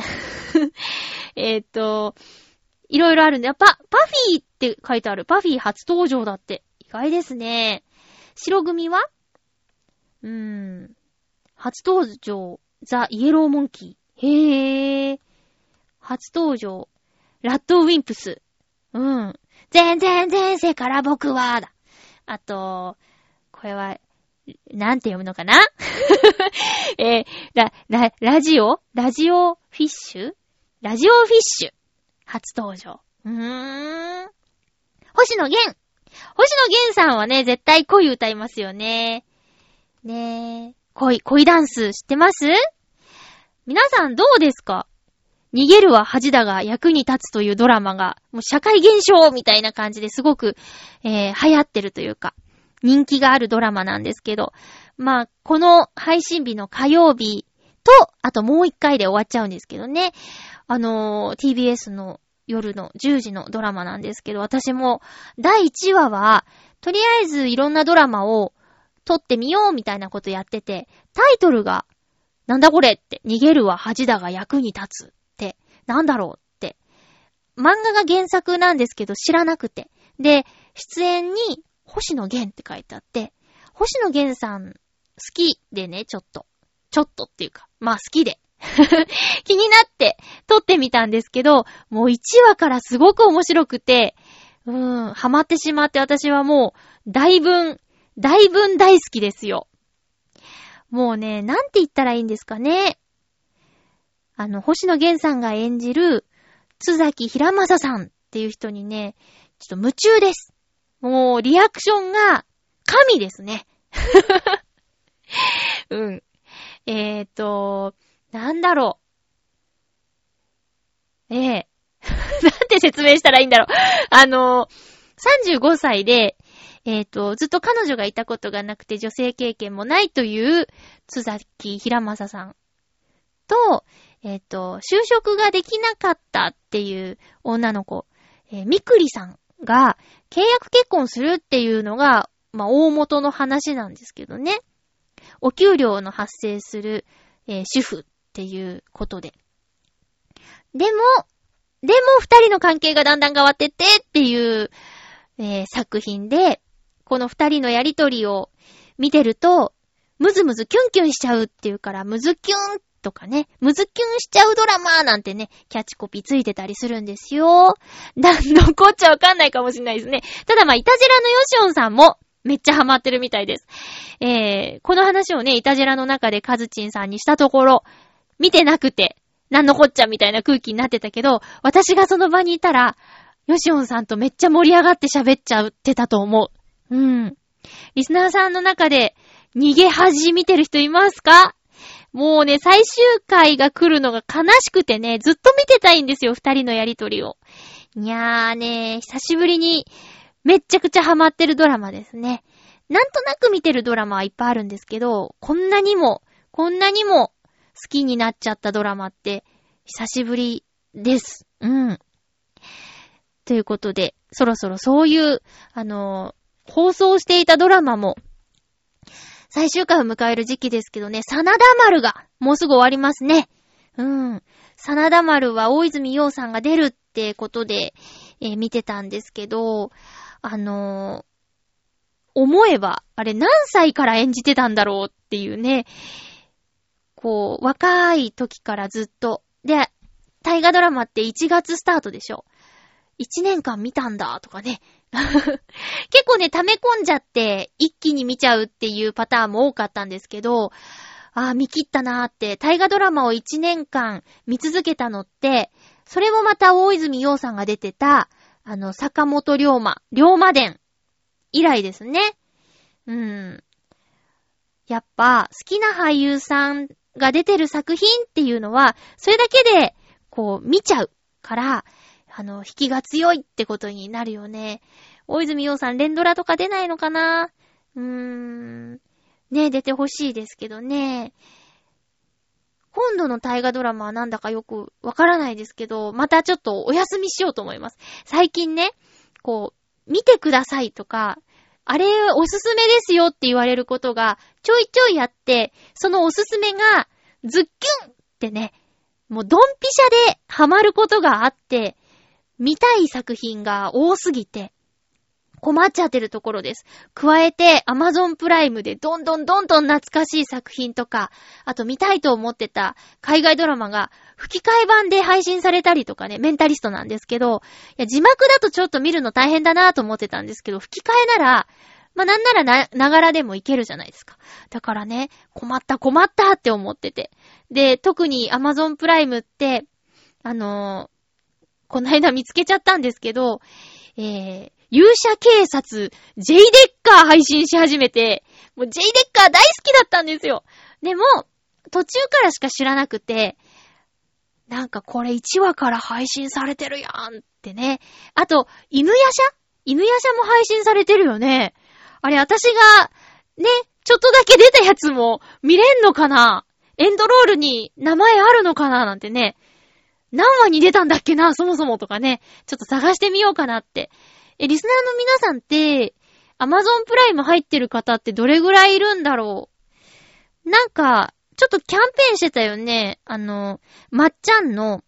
いろいろあるんで、パフィーって書いてある。パフィー初登場だって。意外ですね。白組は初登場、ザ・イエローモンキー。へー。初登場、ラッドウィンプス。全然前世から僕は、だ。あと、これは、なんて読むのかなラジオフィッシュ初登場。星野源さんはね、絶対恋歌いますよね。ねえ。恋ダンス知ってます？皆さんどうですか？逃げるは恥だが役に立つというドラマが、もう社会現象みたいな感じですごく、流行ってるというか、人気があるドラマなんですけど、まあ、この配信日の火曜日と、あともう一回で終わっちゃうんですけどね。TBS の夜の10時のドラマなんですけど、私も第1話は、とりあえずいろんなドラマを撮ってみようみたいなことやってて、タイトルが、なんだこれって、逃げるは恥だが役に立つって、なんだろうって、漫画が原作なんですけど知らなくて。で、出演に星野源って書いてあって、星野源さん好きでね、ちょっとっていうか、まあ好きで。気になって撮ってみたんですけど、もう1話からすごく面白くて、ハマってしまって私はもう、大分大好きですよ。もうね、なんて言ったらいいんですかね。星野源さんが演じる、津崎平正さんっていう人にね、ちょっと夢中です。もう、リアクションが、神ですね。なんだろう。なんて説明したらいいんだろう。35歳で、ずっと彼女がいたことがなくて女性経験もないという津崎平正さんと、就職ができなかったっていう女の子、みくりさんが契約結婚するっていうのが、まあ、大元の話なんですけどね。お給料の発生する、主婦っていうことで。でも二人の関係がだんだん変わってってっていう、作品で、この二人のやりとりを見てると、ムズムズキュンキュンしちゃうっていうから、ムズキュンとかね、ムズキュンしちゃうドラマなんてね、キャッチコピーついてたりするんですよ。残っちゃわかんないかもしれないですね。ただまあ、イタジラのヨシオンさんもめっちゃハマってるみたいです。この話をね、イタジラの中でカズチンさんにしたところ、見てなくて、なんのこっちゃみたいな空気になってたけど、私がその場にいたら、ヨシオンさんとめっちゃ盛り上がって喋っちゃってたと思う。リスナーさんの中で、逃げ恥見てる人いますか？もうね、最終回が来るのが悲しくてね、ずっと見てたいんですよ、二人のやりとりを。いやーね、久しぶりにめっちゃくちゃハマってるドラマですね。なんとなく見てるドラマはいっぱいあるんですけど、こんなにも好きになっちゃったドラマって久しぶりです。ということで、そろそろそういう、放送していたドラマも最終回を迎える時期ですけどね、真田丸がもうすぐ終わりますね。真田丸は大泉洋さんが出るってことで、見てたんですけど、思えば、あれ何歳から演じてたんだろうっていうね、こう、若い時からずっと。で、大河ドラマって1月スタートでしょ。1年間見たんだとかね。結構ね、溜め込んじゃって一気に見ちゃうっていうパターンも多かったんですけど、見切ったなーって、大河ドラマを1年間見続けたのって、それもまた大泉洋さんが出てた、坂本龍馬伝以来ですね。やっぱ、好きな俳優さんが出てる作品っていうのは、それだけで、こう、見ちゃうから、引きが強いってことになるよね。大泉洋さん連ドラとか出ないのかな？ね、出てほしいですけどね。今度の大河ドラマはなんだかよくわからないですけど、またちょっとお休みしようと思います。最近ね、こう、見てくださいとか、あれおすすめですよって言われることがちょいちょいあって、そのおすすめがズッキュンってね、もうドンピシャでハマることがあって、見たい作品が多すぎて困っちゃってるところです。加えて Amazon プライムでどんどん懐かしい作品とか、あと見たいと思ってた海外ドラマが吹き替え版で配信されたりとかね、メンタリストなんですけど、いや字幕だとちょっと見るの大変だなと思ってたんですけど、吹き替えなら、なんならながらでもいけるじゃないですか。だからね、困ったって思ってて。で、特に Amazon プライムって、この間見つけちゃったんですけど、勇者警察 J デッカー配信し始めて、もう J デッカー大好きだったんですよ。でも、途中からしか知らなくて、なんかこれ1話から配信されてるやんってね。あと、犬夜叉も配信されてるよね。あれ、私が、ね、ちょっとだけ出たやつも見れんのかな？エンドロールに名前あるのかななんてね。何話に出たんだっけなそもそもとかね。ちょっと探してみようかなって。リスナーの皆さんって、Amazon プライム入ってる方ってどれぐらいいるんだろう？なんか、ちょっとキャンペーンしてたよね。まっちゃんの、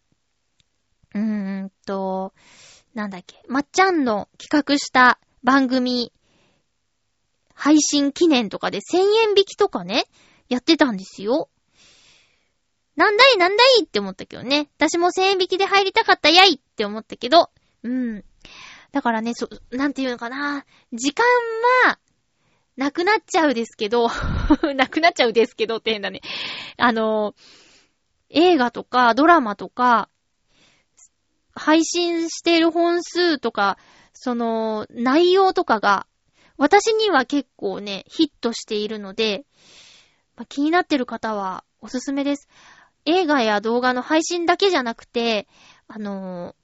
なんだっけ。まっちゃんの企画した番組、配信記念とかで1000円引きとかね、やってたんですよ。なんだいって思ったけどね。私も1000円引きで入りたかったやいって思ったけど、だからね、なんていうのかな。時間は、なくなっちゃうですけどって変だね。映画とかドラマとか、配信している本数とか、その内容とかが、私には結構ね、ヒットしているので、気になってる方はおすすめです。映画や動画の配信だけじゃなくて、指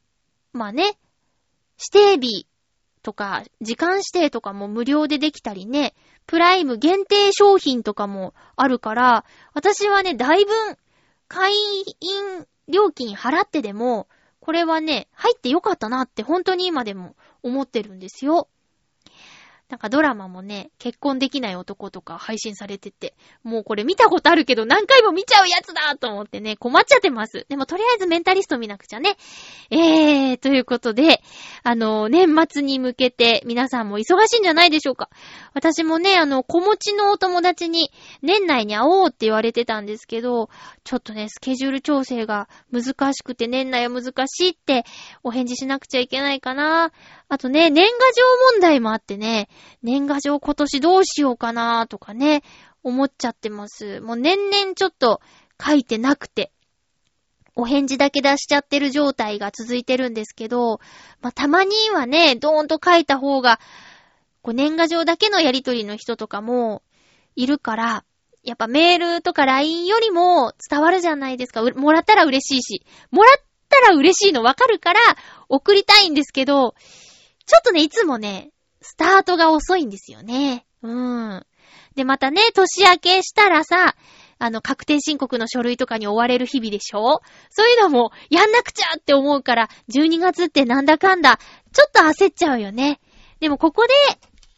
定日とか、時間指定とかも無料でできたりね、プライム限定商品とかもあるから、私はね、だいぶ会員料金払ってでも、これはね、入ってよかったなって本当に今でも思ってるんですよ。なんかドラマもね、結婚できない男とか配信されてて、もうこれ見たことあるけど何回も見ちゃうやつだと思ってね、困っちゃってます。でもとりあえずメンタリスト見なくちゃね。ということで、年末に向けて皆さんも忙しいんじゃないでしょうか。私もね、子持ちのお友達に年内に会おうって言われてたんですけど、ちょっとね、スケジュール調整が難しくて年内は難しいってお返事しなくちゃいけないかな。あとね、年賀状問題もあってね、年賀状今年どうしようかなとかね、思っちゃってます。もう年々ちょっと書いてなくて、お返事だけ出しちゃってる状態が続いてるんですけど、たまにはね、ドーンと書いた方が、年賀状だけのやりとりの人とかもいるから、やっぱメールとか LINE よりも伝わるじゃないですか。もらったら嬉しいし、もらったら嬉しいのわかるから送りたいんですけど、ちょっとね、いつもね、スタートが遅いんですよね。で、またね、年明けしたらさ、確定申告の書類とかに追われる日々でしょ？そういうのもやんなくちゃって思うから、12月ってなんだかんだ、ちょっと焦っちゃうよね。でもここで、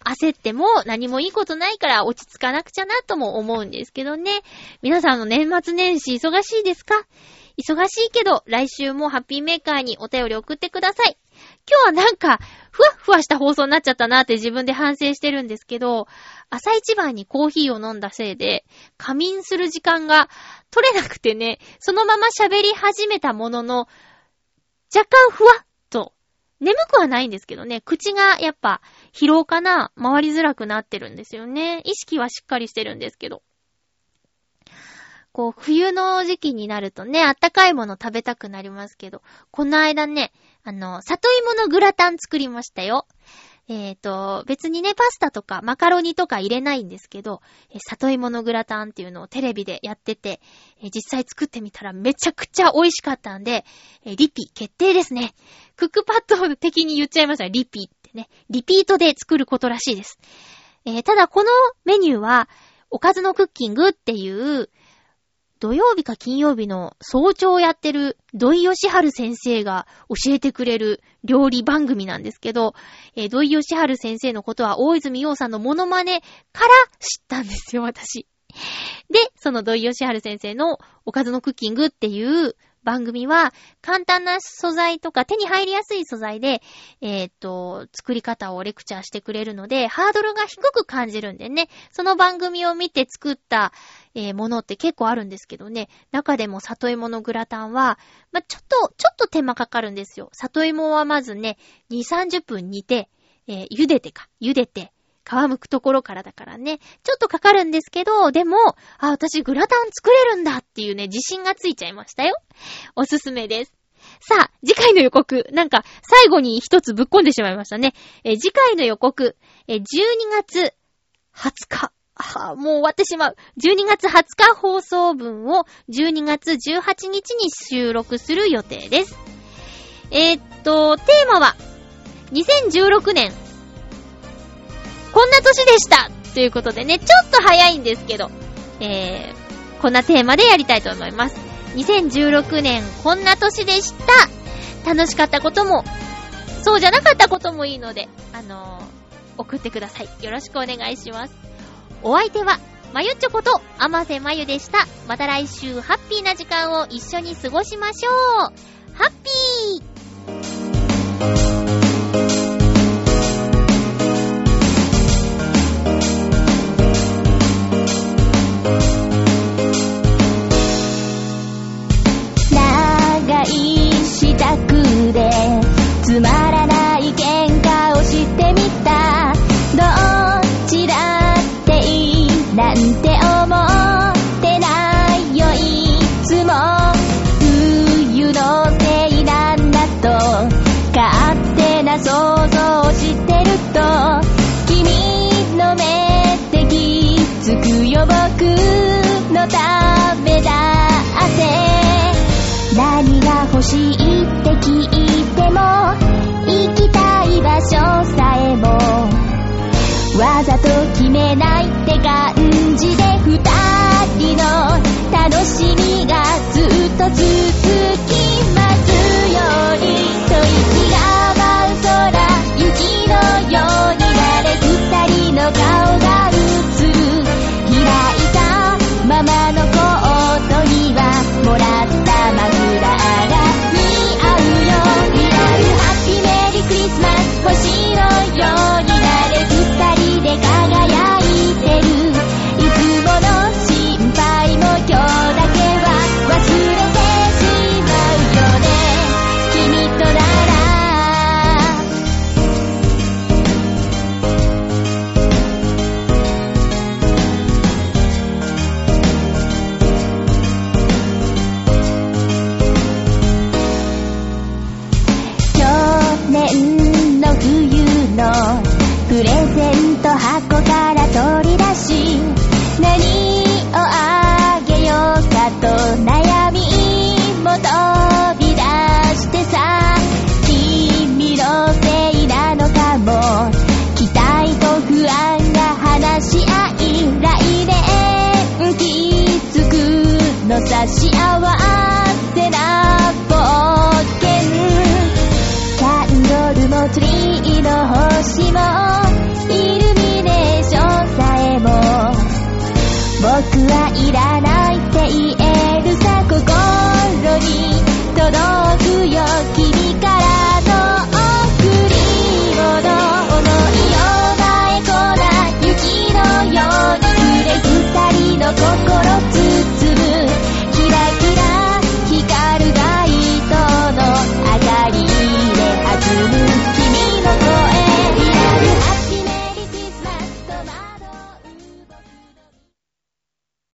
焦っても何もいいことないから落ち着かなくちゃなとも思うんですけどね。皆さんの年末年始忙しいですか？忙しいけど、来週もハッピーメーカーにお便り送ってください。今日はなんか、ふわっふわした放送になっちゃったなって自分で反省してるんですけど、朝一番にコーヒーを飲んだせいで、仮眠する時間が取れなくてね、そのまま喋り始めたものの、若干ふわっと、眠くはないんですけどね、口がやっぱ疲労かな、回りづらくなってるんですよね。意識はしっかりしてるんですけど。こう、冬の時期になるとね、あったかいもの食べたくなりますけど、この間ね、里芋のグラタン作りましたよ。別にね、パスタとかマカロニとか入れないんですけど、里芋のグラタンっていうのをテレビでやってて、実際作ってみたらめちゃくちゃ美味しかったんで、リピ決定ですね。クックパッド的に言っちゃいました。リピってね。リピートで作ることらしいです。ただこのメニューは、おかずのクッキングっていう、土曜日か金曜日の早朝をやってる土井善晴先生が教えてくれる料理番組なんですけど、土井善晴先生のことは大泉洋さんのモノマネから知ったんですよ、私。で、その土井善晴先生のおかずのクッキングっていう番組は簡単な素材とか手に入りやすい素材で、作り方をレクチャーしてくれるので、ハードルが低く感じるんでね、その番組を見て作ったものって結構あるんですけどね、中でも里芋のグラタンは、ちょっと手間かかるんですよ。里芋はまずね、2、30分煮て、茹でて、皮むくところからだからね、ちょっとかかるんですけど、でも、私グラタン作れるんだっていうね、自信がついちゃいましたよ。おすすめです。さあ、次回の予告。なんか、最後に一つぶっこんでしまいましたね。次回の予告。12月20日。もう終わってしまう。12月20日放送分を12月18日に収録する予定です。テーマは、2016年、こんな年でしたということでね、ちょっと早いんですけど、こんなテーマでやりたいと思います。2016年こんな年でした。楽しかったことも、そうじゃなかったこともいいので、送ってください。よろしくお願いします。お相手は、まゆっちょこと甘瀬まゆでした。また来週ハッピーな時間を一緒に過ごしましょう。ハッピーつまらない喧嘩をしてみた。どちらっていいなんて思ってないよ。いつも冬のせいなんだと勝手な想像をしてると、君の目で気づくよ。僕のためだって。何が欲しいって聞いても、行きたい場所さえもわざと決めないって感じで、二人の楽しみがずっと続きますように。と息が舞う空、雪のように誰二人の顔が映る。開いたままのコートにはもらったマフラーが似合うよ。ハッピーメリークリスマス、星のように誰二人で輝いてる。いつもの心配も今日だけは忘れてしまうよね。君となら去年の冬のプレゼント箱